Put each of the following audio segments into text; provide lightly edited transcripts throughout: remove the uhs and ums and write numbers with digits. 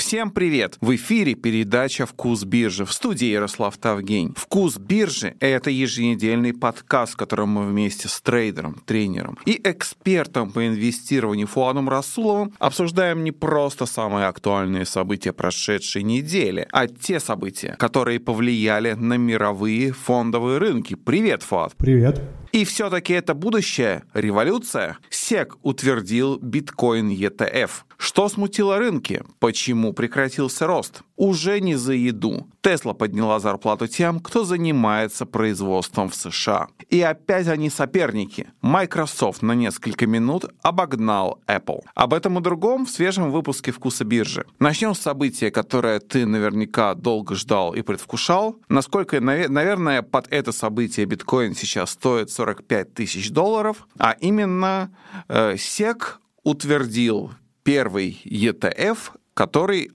Всем привет! В эфире передача «Вкус биржи». В студии Ярослав Тавгень. «Вкус биржи» — это еженедельный подкаст, в котором мы вместе с трейдером, тренером и экспертом по инвестированию Фуадом Расуловым обсуждаем не просто самые актуальные события прошедшей недели, а те события, которые повлияли на мировые фондовые рынки. Привет, Фуад! Привет! И все-таки это будущее — революция. SEC утвердил биткоин ETF. Что смутило рынки? Почему прекратился рост? Уже не за еду. Tesla подняла зарплату тем, кто занимается производством в США. И опять они соперники. Microsoft на несколько минут обогнал Apple. Об этом и другом в свежем выпуске «Вкуса биржи». Начнем с события, которое ты наверняка долго ждал и предвкушал. Насколько, наверное, под это событие биткоин сейчас стоит $45 тысяч, а именно SEC утвердил первый ETF, который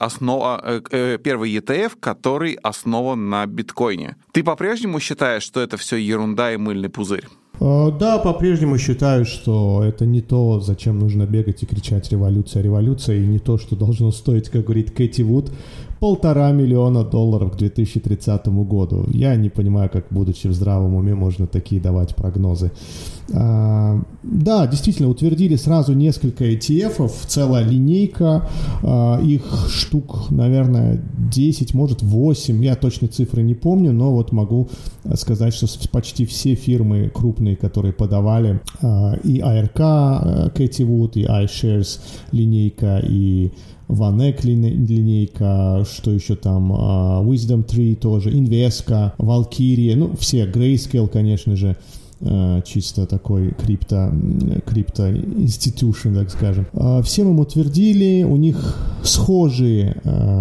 основан на биткоине. Ты по-прежнему считаешь, что это все ерунда и мыльный пузырь? Да, по-прежнему считаю, что это не то, зачем нужно бегать и кричать «революция, революция», и не то, что должно стоить, как говорит Кэти Вуд, $1,5 миллиона к 2030 году. Я не понимаю, как, будучи в здравом уме, можно такие давать прогнозы. Да, действительно, утвердили сразу несколько ETF-ов, целая линейка, их штук, наверное, 10, может 8, я точно цифры не помню, но вот могу сказать, что почти все фирмы крупные, которые подавали, и ARK, Кэти Вуд, и iShares линейка, и VanEck линейка, что еще там, Wisdom Tree тоже, Invesco, Valkyrie, ну, все, Grayscale, конечно же, чисто такой крипто институшн, так скажем. Всем им утвердили, у них схожие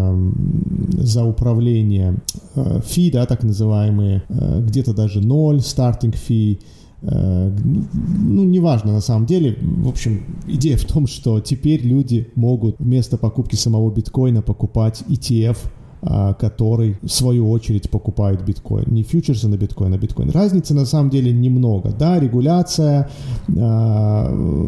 за управление фи, да, так называемые, где-то даже 0 стартинг фи. Ну, неважно на самом деле. В общем, идея в том, что теперь люди могут вместо покупки самого биткоина покупать ETF, который в свою очередь покупает биткоин. Не фьючерсы на биткоин, а биткоин. Разницы на самом деле немного. Да, регуляция, то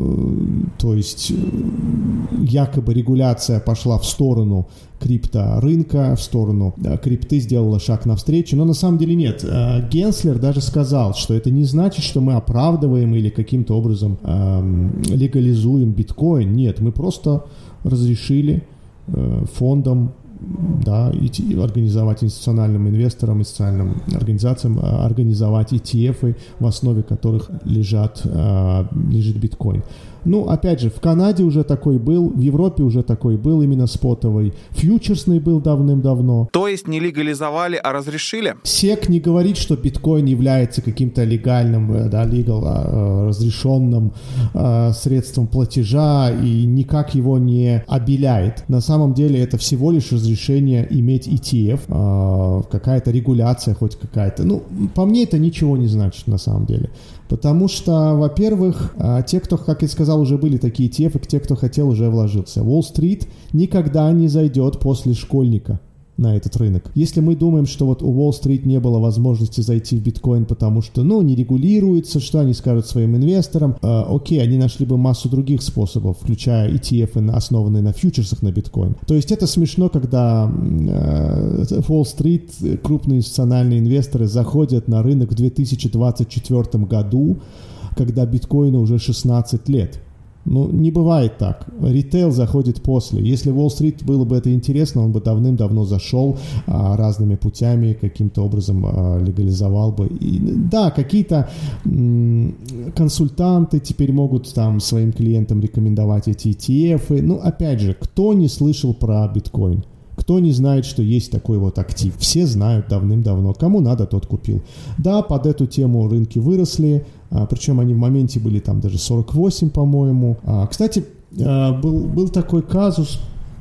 есть якобы регуляция пошла в сторону крипторынка, в сторону крипты, сделала шаг навстречу, но на самом деле нет. Генслер даже сказал, что это не значит, что мы оправдываем или каким-то образом легализуем биткоин. Нет, мы просто разрешили фондам, да, организовать институциональным инвесторам, институциональным организациям организовать ETF, в основе которых лежит биткоин. Ну, опять же, в Канаде уже такой был, в Европе уже такой был, именно спотовый. Фьючерсный был давным-давно. То есть не легализовали, а разрешили? SEC не говорит, что биткоин является каким-то легальным, да, разрешенным средством платежа и никак его не обеляет. На самом деле это всего лишь разрешение иметь ETF, какая-то регуляция хоть какая-то. Ну, по мне это ничего не значит на самом деле. Потому что, во-первых, те, кто, как я сказал, уже были такие ETF, и те, кто хотел, уже вложился. Уолл-стрит никогда не зайдет после школьника на этот рынок. Если мы думаем, что вот у Уолл-стрит не было возможности зайти в биткоин, потому что, ну, не регулируется, что они скажут своим инвесторам, окей, они нашли бы массу других способов, включая ETF, основанные на фьючерсах на биткоин. То есть это смешно, когда Уолл-стрит, крупные институциональные инвесторы заходят на рынок в 2024 году, когда биткоину уже 16 лет. Ну, не бывает так. Ритейл заходит после. Если Уолл-стрит было бы это интересно, он бы давным-давно зашел разными путями, каким-то образом легализовал бы. И, да, какие-то консультанты теперь могут там своим клиентам рекомендовать эти ETF. Ну, опять же, кто не слышал про биткоин? Кто не знает, что есть такой вот актив? Все знают давным-давно. Кому надо, тот купил. Да, под эту тему рынки выросли, причем они в моменте были там даже 48, по-моему. Кстати, был такой казус.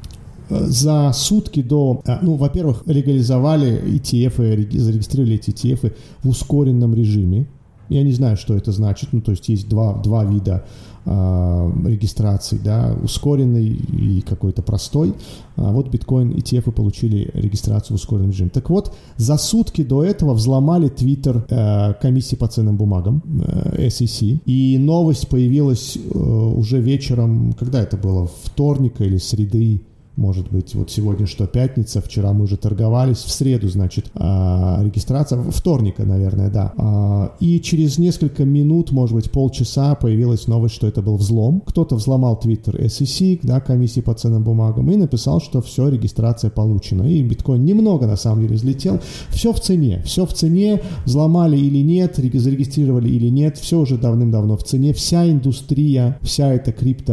За сутки до, ну, во-первых, легализовали ETF, зарегистрировали эти ETF в ускоренном режиме. Я не знаю, что это значит. Ну, то есть есть два вида регистрации, да, ускоренный и какой-то простой. Вот биткоин ETF получили регистрацию в ускоренном режиме. Так вот, за сутки до этого взломали Твиттер комиссии по ценным бумагам, SEC, и новость появилась уже вечером, когда это было, вторника или среды, может быть, вот сегодня что, пятница, вчера мы уже торговались, в среду, значит, регистрация, вторника, наверное, да. И через несколько минут, может быть, полчаса появилась новость, что это был взлом. Кто-то взломал Twitter SEC, да, комиссии по ценным бумагам, и написал, что все, регистрация получена. И биткоин немного, на самом деле, взлетел. Все в цене, взломали или нет, зарегистрировали или нет, все уже давным-давно в цене. Вся индустрия, вся эта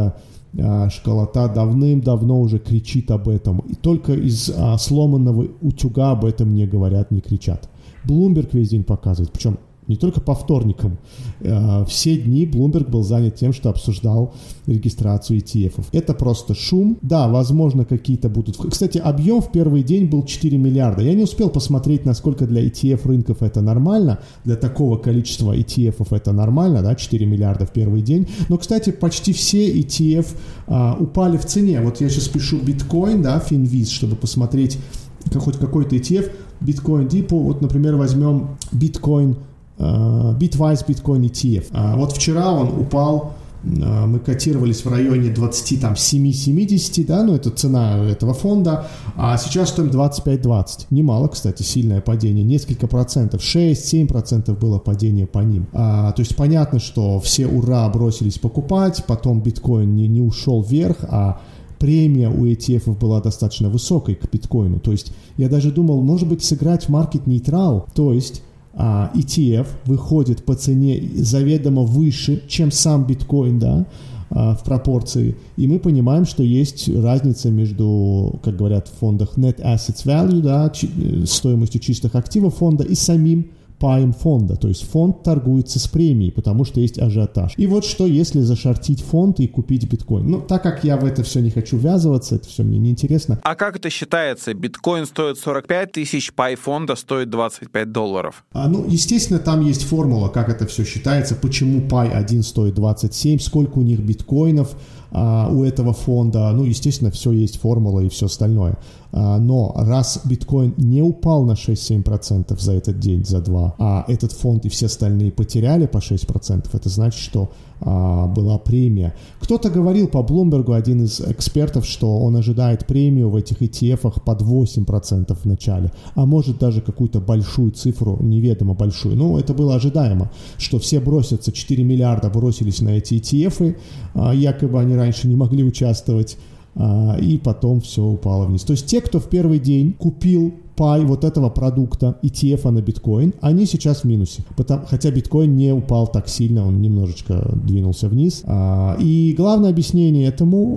школота давным-давно уже кричит об этом. И только из сломанного утюга об этом не говорят, не кричат. Bloomberg весь день показывает, причем не только по вторникам. Все дни Bloomberg был занят тем, что обсуждал регистрацию ETF-ов. Это просто шум. Да, возможно, какие-то будут... Кстати, объем в первый день был 4 миллиарда. Я не успел посмотреть, насколько для ETF рынков это нормально. Для такого количества ETF-ов это нормально, да, 4 миллиарда в первый день. Но, кстати, почти все ETF упали в цене. Вот я сейчас пишу биткоин, да, Finviz, чтобы посмотреть хоть какой-то ETF. Bitcoin Depot, вот, например, возьмем биткоин Bitwise Bitcoin ETF. Вот вчера он упал, мы котировались в районе 27-70, да, ну это цена этого фонда, а сейчас стоим 25-20. Немало, кстати, сильное падение, несколько процентов, 6-7% было падение по ним. То есть понятно, что все ура бросились покупать, потом биткоин не ушел вверх, а премия у ETF была достаточно высокой к биткоину. То есть я даже думал, может быть, сыграть в маркет-нейтрал, то есть ETF выходит по цене заведомо выше, чем сам биткоин, да, в пропорции. И мы понимаем, что есть разница между, как говорят в фондах, net assets value, да, стоимостью чистых активов фонда и самим паем фонда, то есть фонд торгуется с премией, потому что есть ажиотаж. И вот что, если зашортить фонд и купить биткоин? Ну, так как я в это все не хочу ввязываться, это все мне неинтересно. А как это считается? Биткоин стоит 45 тысяч, пай фонда стоит $25. Ну, естественно, там есть формула, как это все считается, почему пай один стоит 27, сколько у них биткоинов у этого фонда. Ну, естественно, все есть формула и все остальное. Но раз биткоин не упал на 6-7% за этот день, за два, а этот фонд и все остальные потеряли по 6%, это значит, что была премия. Кто-то говорил по Bloomberg, один из экспертов, что он ожидает премию в этих ETF-ах под 8% в начале, а может даже какую-то большую цифру, неведомо большую. Ну, это было ожидаемо, что все бросятся, 4 миллиарда бросились на эти ETF-ы, якобы они раньше не могли участвовать, и потом все упало вниз. То есть те, кто в первый день купил пай вот этого продукта ETF на биткоин, они сейчас в минусе. Хотя биткоин не упал так сильно, он немножечко двинулся вниз. И главное объяснение этому: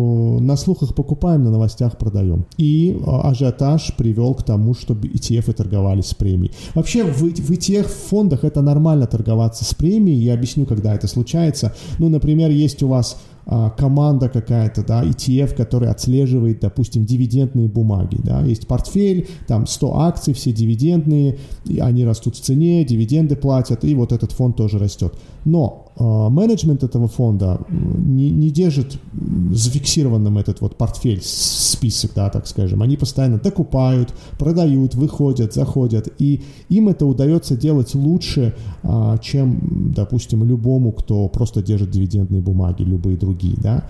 на слухах покупаем, на новостях продаем. И ажиотаж привел к тому, чтобы ETF торговались с премией. Вообще в ETF-фондах это нормально торговаться с премией. Я объясню, когда это случается. Ну, например, есть у вас команда какая-то, да, ETF, который отслеживает, допустим, дивидендные бумаги, да, есть портфель, там 100 акций, все дивидендные, и они растут в цене, дивиденды платят, и вот этот фонд тоже растет. Но менеджмент этого фонда не держит зафиксированным этот вот портфель, список, да, так скажем. Они постоянно докупают, продают, выходят, заходят, и им это удается делать лучше, чем, допустим, любому, кто просто держит дивидендные бумаги, любые другие, да.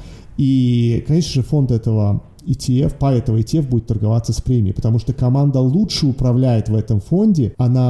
И, конечно же, фонд этого ETF, по этого ETF будет торговаться с премией, потому что команда лучше управляет в этом фонде,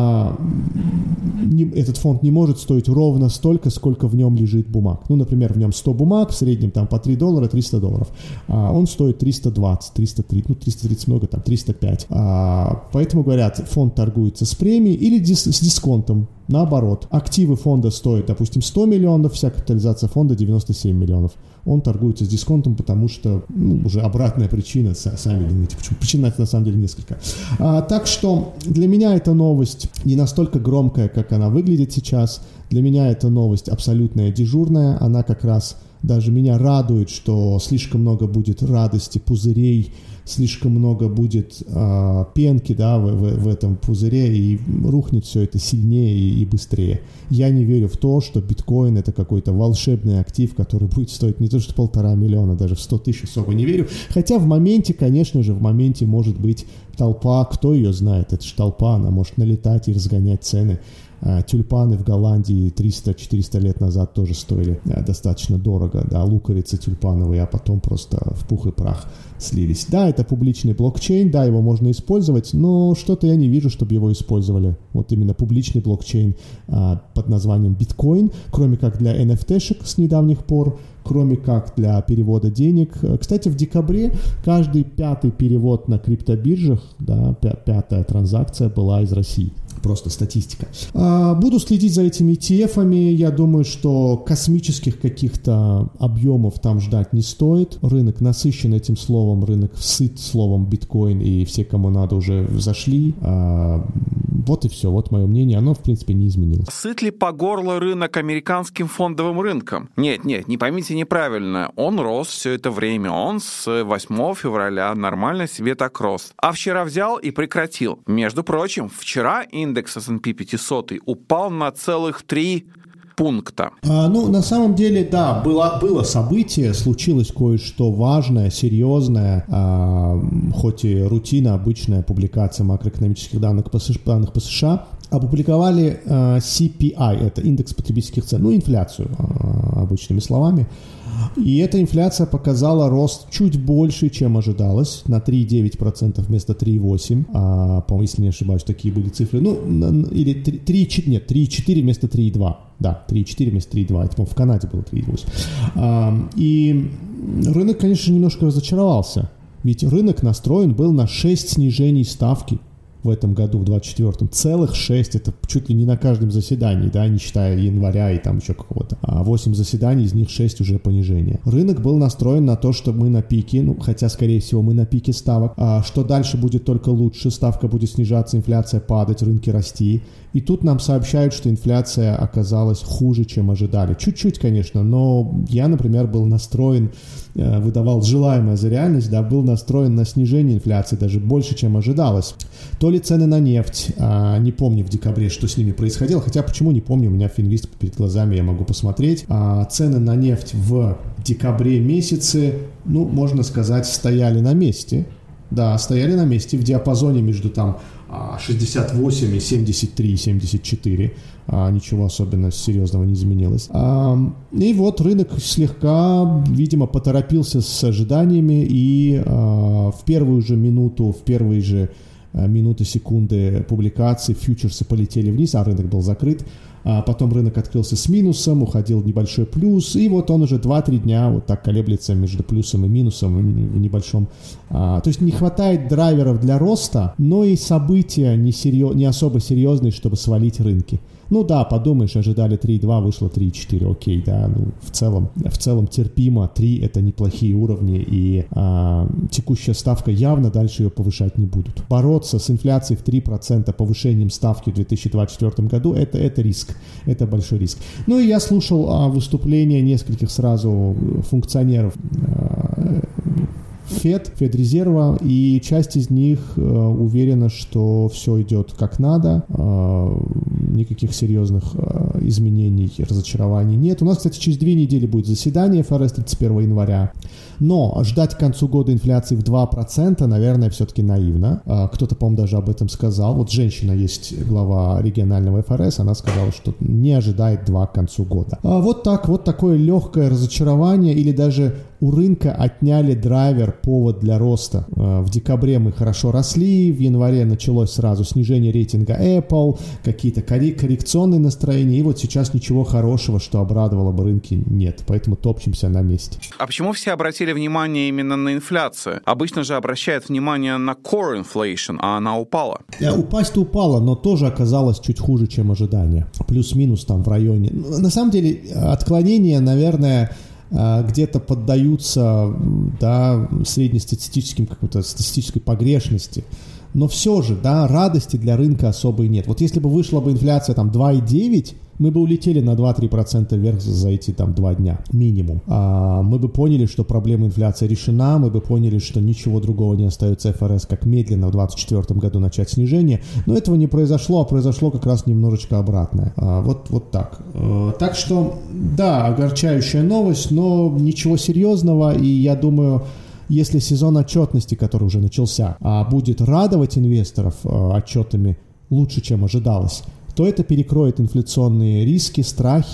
этот фонд не может стоить ровно столько, сколько в нем лежит бумаг. Ну, например, в нем 100 бумаг, в среднем там по $3, $300, а он стоит 320, 330, ну, 330 много, там 305. Поэтому, говорят, фонд торгуется с премией или с дисконтом. Наоборот, активы фонда стоят, допустим, 100 миллионов, вся капитализация фонда 97 миллионов. Он торгуется с дисконтом, потому что, уже обратная причина, сами думаете, почему. Причин на самом деле несколько. Так что для меня эта новость не настолько громкая, как она выглядит сейчас. Для меня эта новость абсолютная дежурная. Она как раз даже меня радует, что слишком много будет радости, пузырей, слишком много будет пенки, да, в этом пузыре, и рухнет все это сильнее и быстрее. Я не верю в то, что биткоин — это какой-то волшебный актив, который будет стоить не то что 1,5 миллиона, даже в 100 тысяч особо не верю. Хотя в моменте, конечно же, может быть толпа, кто ее знает, это же толпа, она может налетать и разгонять цены. Тюльпаны в Голландии 300-400 лет назад тоже стоили достаточно дорого, да, луковицы тюльпановые, а потом просто в пух и прах слились. Да, это публичный блокчейн, да, его можно использовать, но что-то я не вижу, чтобы его использовали. Вот именно публичный блокчейн под названием биткоин, кроме как для NFT-шек с недавних пор, кроме как для перевода денег. Кстати, в декабре каждый 5-й перевод на криптобиржах, да, 5-я транзакция была из России. Просто статистика. Буду следить за этими ETF-ами. Я думаю, что космических каких-то объемов там ждать не стоит. Рынок насыщен этим словом, рынок сыт словом биткоин, и все, кому надо, уже зашли. Вот и все, вот мое мнение. Оно, в принципе, не изменилось. Сыт ли по горло рынок американским фондовым рынком? Нет, не поймите неправильно. Он рос все это время. Он с 8 февраля нормально себе так рос. А вчера взял и прекратил. Между прочим, вчера индекс S&P 500 упал на целых 3 пункта. На самом деле, да, было событие, случилось кое-что важное, серьезное, хоть и рутина, обычная публикация макроэкономических данных по США. Опубликовали CPI, это индекс потребительских цен, инфляцию, обычными словами. И эта инфляция показала рост чуть больше, чем ожидалось, на 3,9% вместо 3,8%. По-моему, если не ошибаюсь, такие были цифры. Или 3,4 вместо 3,2%. Да, 3,4 вместо 3,2%. Это, по-моему, в Канаде было 3,8%. И рынок, конечно, немножко разочаровался. Ведь рынок настроен был на 6 снижений ставки в этом году, в 24-м. Целых 6, это чуть ли не на каждом заседании, да, не считая января и там еще какого-то. 8 заседаний, из них 6 уже понижения. Рынок был настроен на то, что мы на пике, хотя, скорее всего, мы на пике ставок, что дальше будет только лучше, ставка будет снижаться, инфляция падать, рынки расти. И тут нам сообщают, что инфляция оказалась хуже, чем ожидали. Чуть-чуть, конечно, но я, например, был настроен, выдавал желаемое за реальность, да, был настроен на снижение инфляции, даже больше, чем ожидалось. То ли цены на нефть, не помню в декабре, что с ними происходило, хотя почему не помню, у меня Финвист перед глазами, я могу посмотреть. Цены на нефть в декабре месяце, можно сказать, стояли на месте. Да, стояли на месте в диапазоне между 68 и 73, 74. Ничего особенно серьезного не изменилось. И вот рынок слегка, видимо, поторопился с ожиданиями, и в первые же минуты, секунды публикации фьючерсы полетели вниз, а рынок был закрыт. Потом рынок открылся с минусом, уходил в небольшой плюс, и вот он уже 2-3 дня вот так колеблется между плюсом и минусом в небольшом. То есть не хватает драйверов для роста, но и события не особо серьезные, чтобы свалить рынки. Подумаешь, ожидали 3,2, вышло 3,4, окей, да, в целом терпимо, 3 это неплохие уровни, и текущая ставка явно дальше ее повышать не будут. Бороться с инфляцией в 3% повышением ставки в 2024 году, это риск, это большой риск. И я слушал выступления нескольких сразу функционеров Федрезерва, и часть из них уверена, что все идет как надо, никаких серьезных изменений, разочарований нет. У нас, кстати, через 2 недели будет заседание ФРС 31 января, но ждать к концу года инфляции в 2%, наверное, все-таки наивно. Кто-то, по-моему, даже об этом сказал. Вот женщина есть, глава регионального ФРС, она сказала, что не ожидает 2 к концу года. Вот такое легкое разочарование, или даже у рынка отняли драйвер, повод для роста. В декабре мы хорошо росли, в январе началось сразу снижение рейтинга Apple, какие-то коррекционные настроения, и вот сейчас ничего хорошего, что обрадовало бы рынки, нет. Поэтому топчемся на месте. А почему все обратили внимание именно на инфляцию? Обычно же обращают внимание на core inflation, а она упала. Упасть-то упала, но тоже оказалось чуть хуже, чем ожидание. Плюс-минус там в районе. На самом деле отклонения, наверное, где-то поддаются, да, среднестатистическим какой-то статистической погрешности. Но все же, да, радости для рынка особой нет. Вот если бы вышла бы инфляция 2,9, мы бы улетели на 2-3% вверх за эти 2 дня минимум. Мы бы поняли, что проблема инфляции решена, мы бы поняли, что ничего другого не остается ФРС, как медленно в 2024 году начать снижение. Но этого не произошло, а произошло как раз немножечко обратное. Вот так. Так что, да, огорчающая новость, но ничего серьезного, и я думаю, если сезон отчетности, который уже начался, будет радовать инвесторов отчетами лучше, чем ожидалось, то это перекроет инфляционные риски, страхи,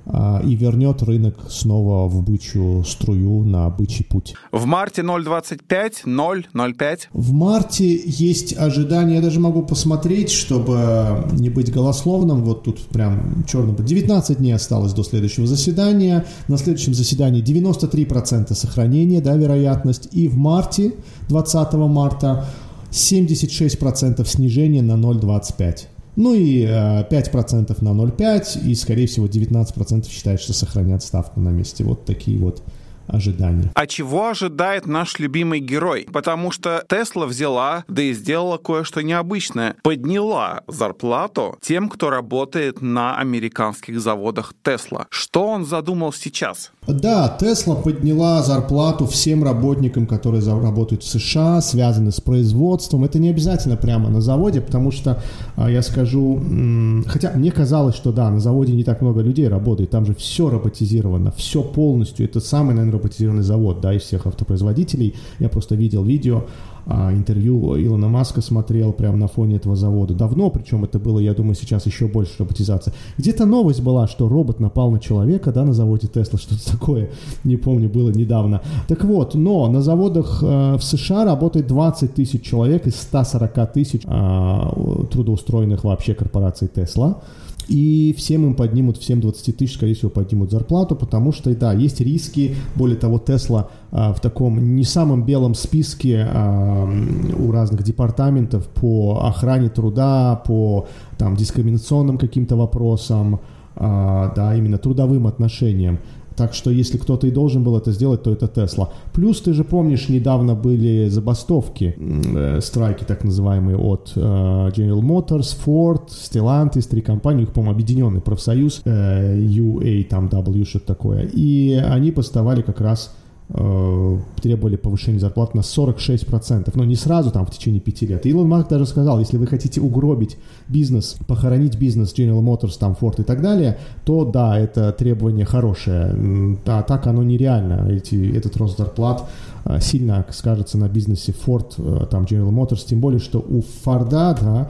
и вернет рынок снова в бычью струю, на бычий путь. В марте 0.25, 0.05? В марте есть ожидание, я даже могу посмотреть, чтобы не быть голословным, вот тут прям черно, 19 дней осталось до следующего заседания, на следующем заседании 93% сохранения, да, вероятность, и в марте, 20 марта, 76% снижения на 0.25. Ну и 5% на 0,5, и, скорее всего, 19% считают, что сохранят ставку на месте. Вот такие вот ожидания. А чего ожидает наш любимый герой? Потому что Tesla взяла, да и сделала кое-что необычное. Подняла зарплату тем, кто работает на американских заводах Tesla. Что он задумал сейчас? Да, Tesla подняла зарплату всем работникам, которые работают в США, связаны с производством. Это не обязательно прямо на заводе, потому что, я скажу, хотя мне казалось, что да, на заводе не так много людей работает, там же все роботизировано, все полностью. Это самый, наверное, роботизированный завод, да, из всех автопроизводителей. Я просто видел видео, интервью Илона Маска смотрел прямо на фоне этого завода. Давно, причем это было, я думаю, сейчас еще больше роботизация. Где-то новость была, что робот напал на человека, да, на заводе Tesla, что-то такое, не помню, было недавно. Так вот, но на заводах в США работает 20 тысяч человек из 140 тысяч трудоустроенных вообще корпораций Tesla. И всем им поднимут, всем 20 тысяч, скорее всего, поднимут зарплату, потому что, да, есть риски. Более того, Tesla в таком не самом белом списке у разных департаментов по охране труда, по там, дискриминационным каким-то вопросам, да, именно трудовым отношениям. Так что, если кто-то и должен был это сделать, то это Tesla. Плюс, ты же помнишь, недавно были забастовки, страйки так называемые от General Motors, Ford, Stellantis, 3 компании, их, по-моему, объединенный профсоюз, UAW, что-то такое. И они поставали как раз, требовали повышения зарплат на 46%. Но не сразу, там, в течение 5 лет. И Илон Маск даже сказал, если вы хотите угробить бизнес, похоронить бизнес General Motors, там, Ford и так далее, то да, это требование хорошее. А так оно нереально. Этот рост зарплат сильно скажется на бизнесе Ford, там, General Motors, тем более, что у Ford, да,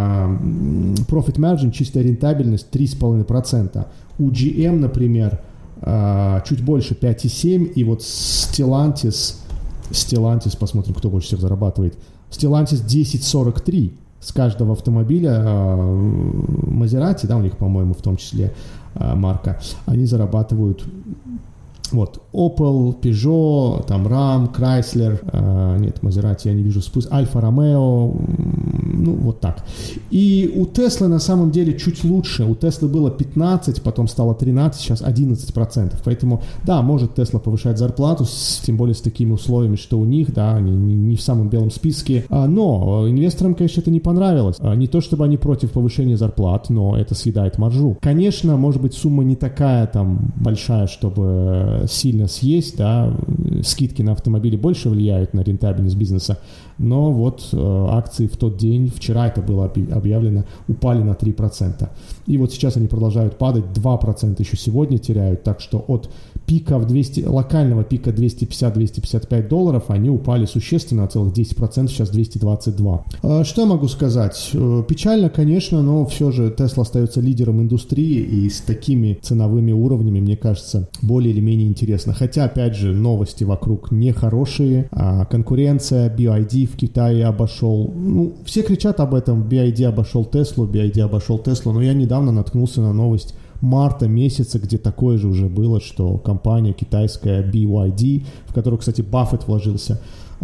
profit margin, чистая рентабельность 3,5%. У GM, например, чуть больше 5,7, и вот Stellantis, посмотрим, кто больше всех зарабатывает. Stellantis 10,43 с каждого автомобиля Maserati, да, у них, по-моему, в том числе марка, они зарабатывают. Вот, Opel, Peugeot, там, Ram, Chrysler, нет, Maserati я не вижу, Alfa Romeo, ну, вот так. И у Tesla на самом деле чуть лучше. У Tesla было 15, потом стало 13, сейчас 11%. Поэтому, да, может Tesla повышать зарплату, тем более с такими условиями, что у них, да, они не в самом белом списке. Но инвесторам, конечно, это не понравилось. Не то, чтобы они против повышения зарплат, но это съедает маржу. Конечно, может быть, сумма не такая там большая, чтобы сильно съесть, да, скидки на автомобили больше влияют на рентабельность бизнеса, но вот акции в тот день, вчера это было объявлено, упали на 3%. И вот сейчас они продолжают падать, 2% еще сегодня теряют, так что от пика локального пика $250-255 они упали существенно, целых 10%, сейчас 222. Что я могу сказать? Печально, конечно, но все же Tesla остается лидером индустрии, и с такими ценовыми уровнями, мне кажется, более или менее интересно. Хотя, опять же, новости вокруг нехорошие, конкуренция, BYD в Китае обошел, ну, все кричат об этом, BYD обошел Теслу, но я недавно наткнулся на новость марта месяца, где такое же уже было, что компания китайская BYD, в которую, кстати, Баффет вложился,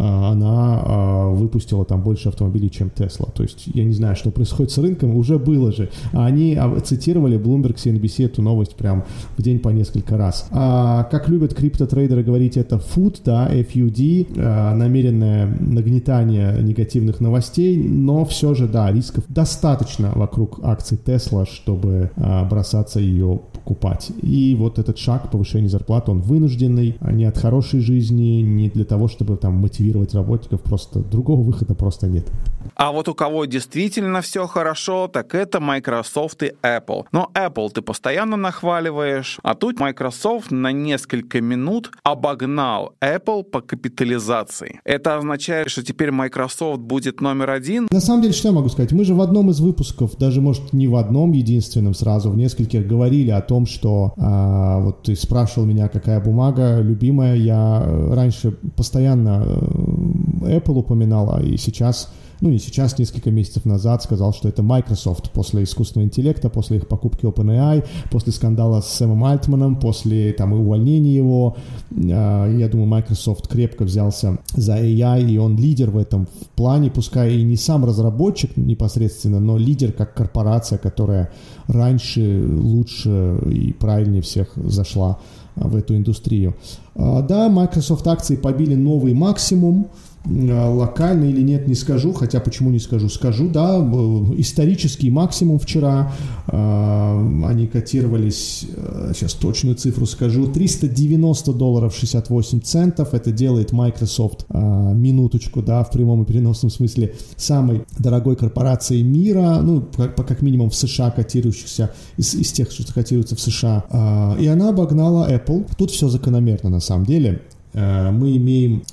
она выпустила там больше автомобилей, чем Tesla. То есть я не знаю, что происходит с рынком, уже было же. Они цитировали Bloomberg, CNBC эту новость прям в день по несколько раз. Как любят криптотрейдеры говорить, это FUD, да, FUD, намеренное нагнетание негативных новостей, но все же, да, рисков достаточно вокруг акций Tesla, чтобы бросаться ее покупать. И вот этот шаг повышения зарплаты, он вынужденный, не от хорошей жизни, не для того, чтобы там мотивировать мотивировать работников, просто другого выхода просто нет. А вот у кого действительно все хорошо, так это Microsoft и Apple. Но Apple ты постоянно нахваливаешь, а тут Microsoft на несколько минут обогнал Apple по капитализации. Это означает, что теперь Microsoft будет номер один? На самом деле, что я могу сказать? Мы же в одном из выпусков, даже, может, не в одном единственном сразу, в нескольких говорили о том, что вот ты спрашивал меня, какая бумага любимая. Я раньше постоянно Apple упоминал, и сейчас... не сейчас, несколько месяцев назад сказал, что это Microsoft после искусственного интеллекта, после их покупки OpenAI, после скандала с Сэмом Альтманом, после увольнения его. Я думаю, Microsoft крепко взялся за AI, и он лидер в этом плане, пускай и не сам разработчик непосредственно, но лидер как корпорация, которая раньше, лучше и правильнее всех зашла в эту индустрию. Да, Microsoft акции побили новый максимум. Локально или нет, не скажу, хотя почему не скажу? Скажу, да, исторический максимум вчера, они котировались, сейчас точную цифру скажу, $390.68, это делает Microsoft, минуточку, да, в прямом и переносном смысле, самой дорогой корпорацией мира, как минимум в США котирующихся, из тех, что котируются в США, и она обогнала Apple. Тут все закономерно на самом деле. Мы имеем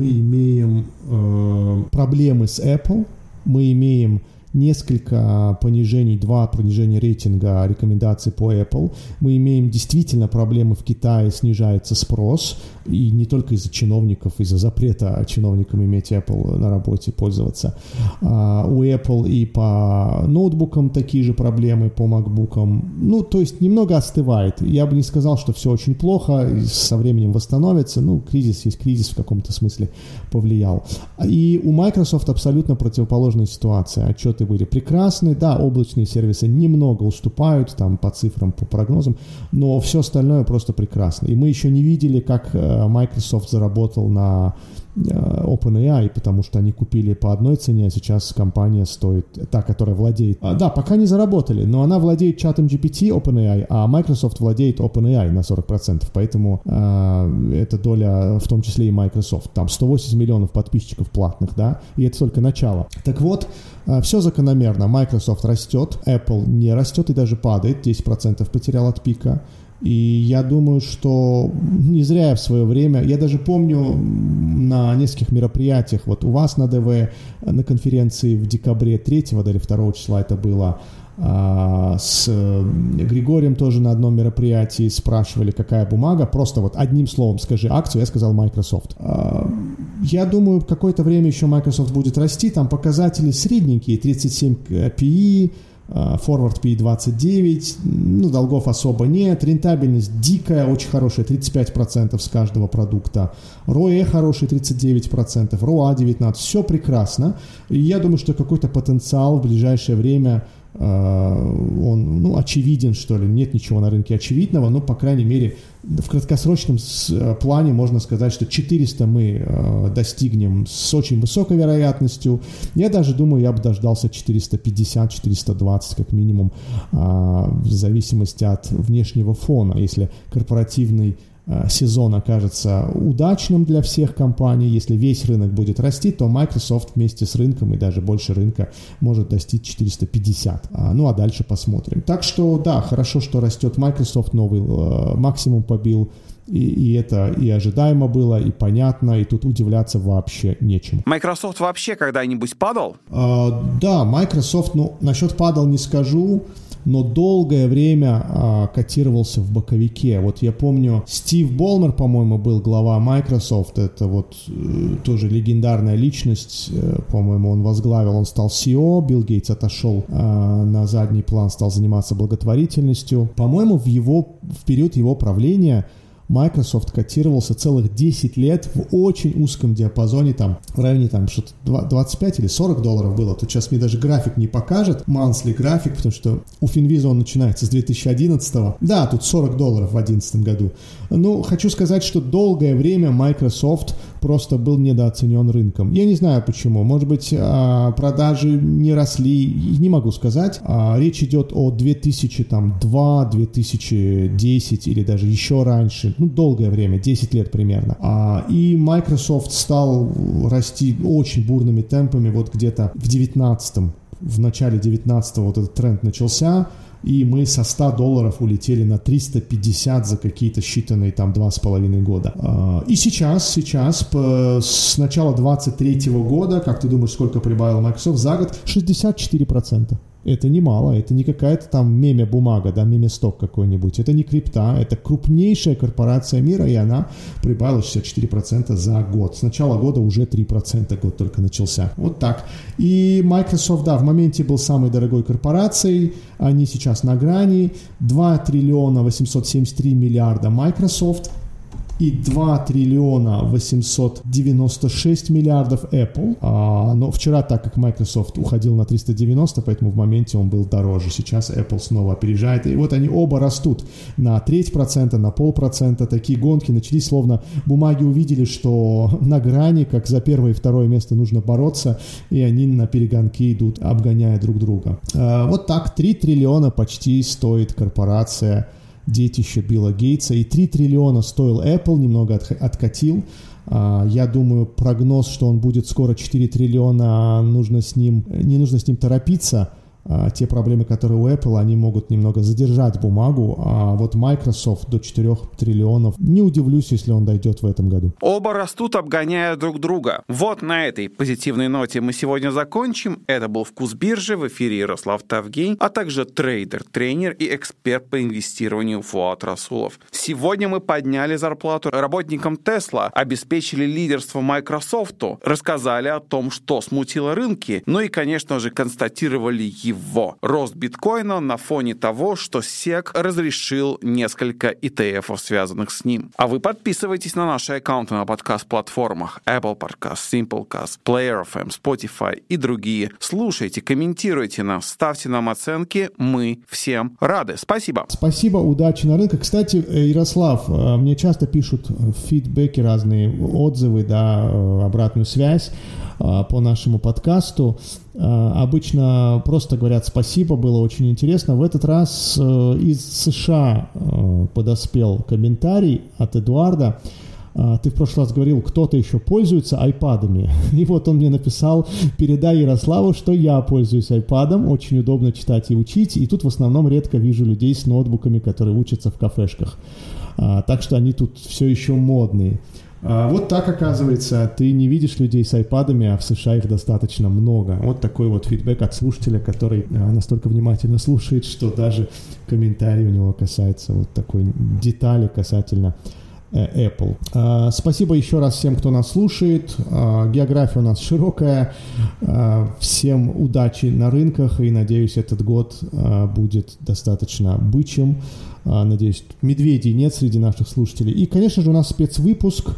проблемы с Apple, мы имеем несколько понижений, 2 понижения рейтинга рекомендаций по Apple. Мы имеем действительно проблемы в Китае, снижается спрос, и не только из-за чиновников, из-за запрета чиновникам иметь Apple на работе, пользоваться. У Apple и по ноутбукам такие же проблемы, по MacBook'ам. То есть немного остывает. Я бы не сказал, что все очень плохо, со временем восстановится. Кризис есть кризис, в каком-то смысле повлиял. И у Microsoft абсолютно противоположная ситуация. Отчеты были прекрасны, да, облачные сервисы немного уступают там по цифрам, по прогнозам, но все остальное просто прекрасно. И мы еще не видели, как Microsoft заработал на OpenAI, потому что они купили по одной цене, а сейчас компания стоит, та, которая владеет... Да, пока не заработали, но она владеет чатом GPT, OpenAI, а Microsoft владеет OpenAI на 40%, поэтому эта доля, в том числе и Microsoft, там 180 миллионов подписчиков платных, да, и это только начало. Так вот, все закономерно, Microsoft растет, Apple не растет и даже падает, 10% потерял от пика. И я думаю, что не зря я в свое время, я даже помню на нескольких мероприятиях, вот у вас на ДВ, на конференции в декабре 3-го или 2 числа это было, с Григорием тоже на одном мероприятии спрашивали, какая бумага, просто вот одним словом скажи акцию, я сказал Microsoft. Я думаю, какое-то время еще Microsoft будет расти, там показатели средненькие, 37 PE, Forward PE 29, долгов особо нет, рентабельность дикая, очень хорошая, 35% с каждого продукта, ROE хороший, 39%, ROA 19%, все прекрасно, и я думаю, что какой-то потенциал в ближайшее время, он, очевиден, что ли, нет ничего на рынке очевидного, но, по крайней мере, в краткосрочном плане можно сказать, что 400 мы достигнем с очень высокой вероятностью. Я даже думаю, я бы дождался 450-420 как минимум, в зависимости от внешнего фона. Если корпоративный сезон окажется удачным для всех компаний, если весь рынок будет расти, то Microsoft вместе с рынком и даже больше рынка может достичь 450. А дальше посмотрим. Так что, да, хорошо, что растет Microsoft, новый максимум побил. И это и ожидаемо было, и понятно, и тут удивляться вообще нечему. Microsoft вообще когда-нибудь падал? Да, Microsoft, насчет падал не скажу, но долгое время котировался в боковике. Вот я помню, Стив Болмер, по-моему, был глава Microsoft, это вот тоже легендарная личность, по-моему, он возглавил, он стал CEO, Билл Гейтс отошел на задний план, стал заниматься благотворительностью. По-моему, в период его правления Microsoft котировался целых 10 лет в очень узком диапазоне, там в районе что-то 25 или 40 долларов было. Тут сейчас мне даже график не покажет, monthly график, потому что у Finviza он начинается с 2011. Да, тут 40 долларов в 2011 году. Хочу сказать, что долгое время Microsoft просто был недооценен рынком. Я не знаю почему. Может быть, продажи не росли, не могу сказать. Речь идет о 2002, 2010 или даже еще раньше. долгое время, 10 лет примерно. И Microsoft стал расти очень бурными темпами вот где-то в начале 19-го вот этот тренд начался, и мы со $100 улетели на 350 за какие-то считанные там 2,5 года. И сейчас, с начала 23 года, как ты думаешь, сколько прибавил Microsoft за год? 64%. Это немало, это не какая-то там меме-бумага, да, меме-сток какой-нибудь. Это не крипта, это крупнейшая корпорация мира, и она прибавила 64% за год. С начала года уже 3% год только начался. Вот так. И Microsoft, да, в моменте был самой дорогой корпорацией, они сейчас на грани. 2 триллиона 873 миллиарда Microsoft и 2 триллиона 896 миллиардов Apple. Но вчера, так как Microsoft уходил на 390, поэтому в моменте он был дороже. Сейчас Apple снова опережает. И вот они оба растут на 0,3%, на 0,5%. Такие гонки начались, словно бумаги увидели, что на грани, как за первое и второе место нужно бороться, и они на перегонки идут, обгоняя друг друга. Вот так 3 триллиона почти стоит корпорация детище Билла Гейтса, и 3 триллиона стоил Apple, немного откатил. Я думаю, прогноз, что он будет скоро 4 триллиона, не нужно с ним торопиться. Те проблемы, которые у Apple, они могут немного задержать бумагу, а вот Microsoft до 4 триллионов, не удивлюсь, если он дойдет в этом году. Оба растут, обгоняя друг друга. Вот на этой позитивной ноте мы сегодня закончим. Это был «Вкус биржи», в эфире Ярослав Тавгей, а также трейдер, тренер и эксперт по инвестированию Фуат Расулов. Сегодня мы подняли зарплату работникам Tesla, обеспечили лидерство Microsoft, рассказали о том, что смутило рынки, ну и, конечно же, констатировали рост биткоина на фоне того, что SEC разрешил несколько ETF-ов, связанных с ним. А вы подписывайтесь на наши аккаунты на подкаст-платформах Apple Podcast, Simplecast, Player FM, Spotify и другие. Слушайте, комментируйте нас, ставьте нам оценки. Мы всем рады. Спасибо. Спасибо, удачи на рынке. Кстати, Ярослав, мне часто пишут фидбэки, разные отзывы, да, обратную связь по нашему подкасту. Обычно просто говорят спасибо, было очень интересно. В этот раз из США подоспел комментарий от Эдуарда. Ты в прошлый раз говорил, кто-то еще пользуется айпадами. И вот он мне написал: передай Ярославу, что я пользуюсь айпадом, очень удобно читать и учить. И тут в основном редко вижу людей с ноутбуками, которые учатся в кафешках. Так что они тут все еще модные. Вот так, оказывается, ты не видишь людей с айпадами, а в США их достаточно много. Вот такой вот фидбэк от слушателя, который настолько внимательно слушает, что даже комментарий у него касается вот такой детали касательно Apple. Спасибо еще раз всем, кто нас слушает. География у нас широкая. Всем удачи на рынках, и надеюсь, этот год будет достаточно бычьим. Надеюсь, медведей нет среди наших слушателей. И, конечно же, у нас спецвыпуск.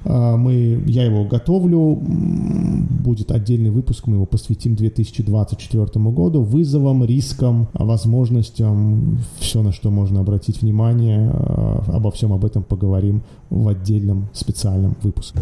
Я его готовлю. Будет отдельный выпуск, мы его посвятим 2024 году. Вызовам, рискам, возможностям, все, на что можно обратить внимание. Обо всем об этом поговорим в отдельном специальном выпуске.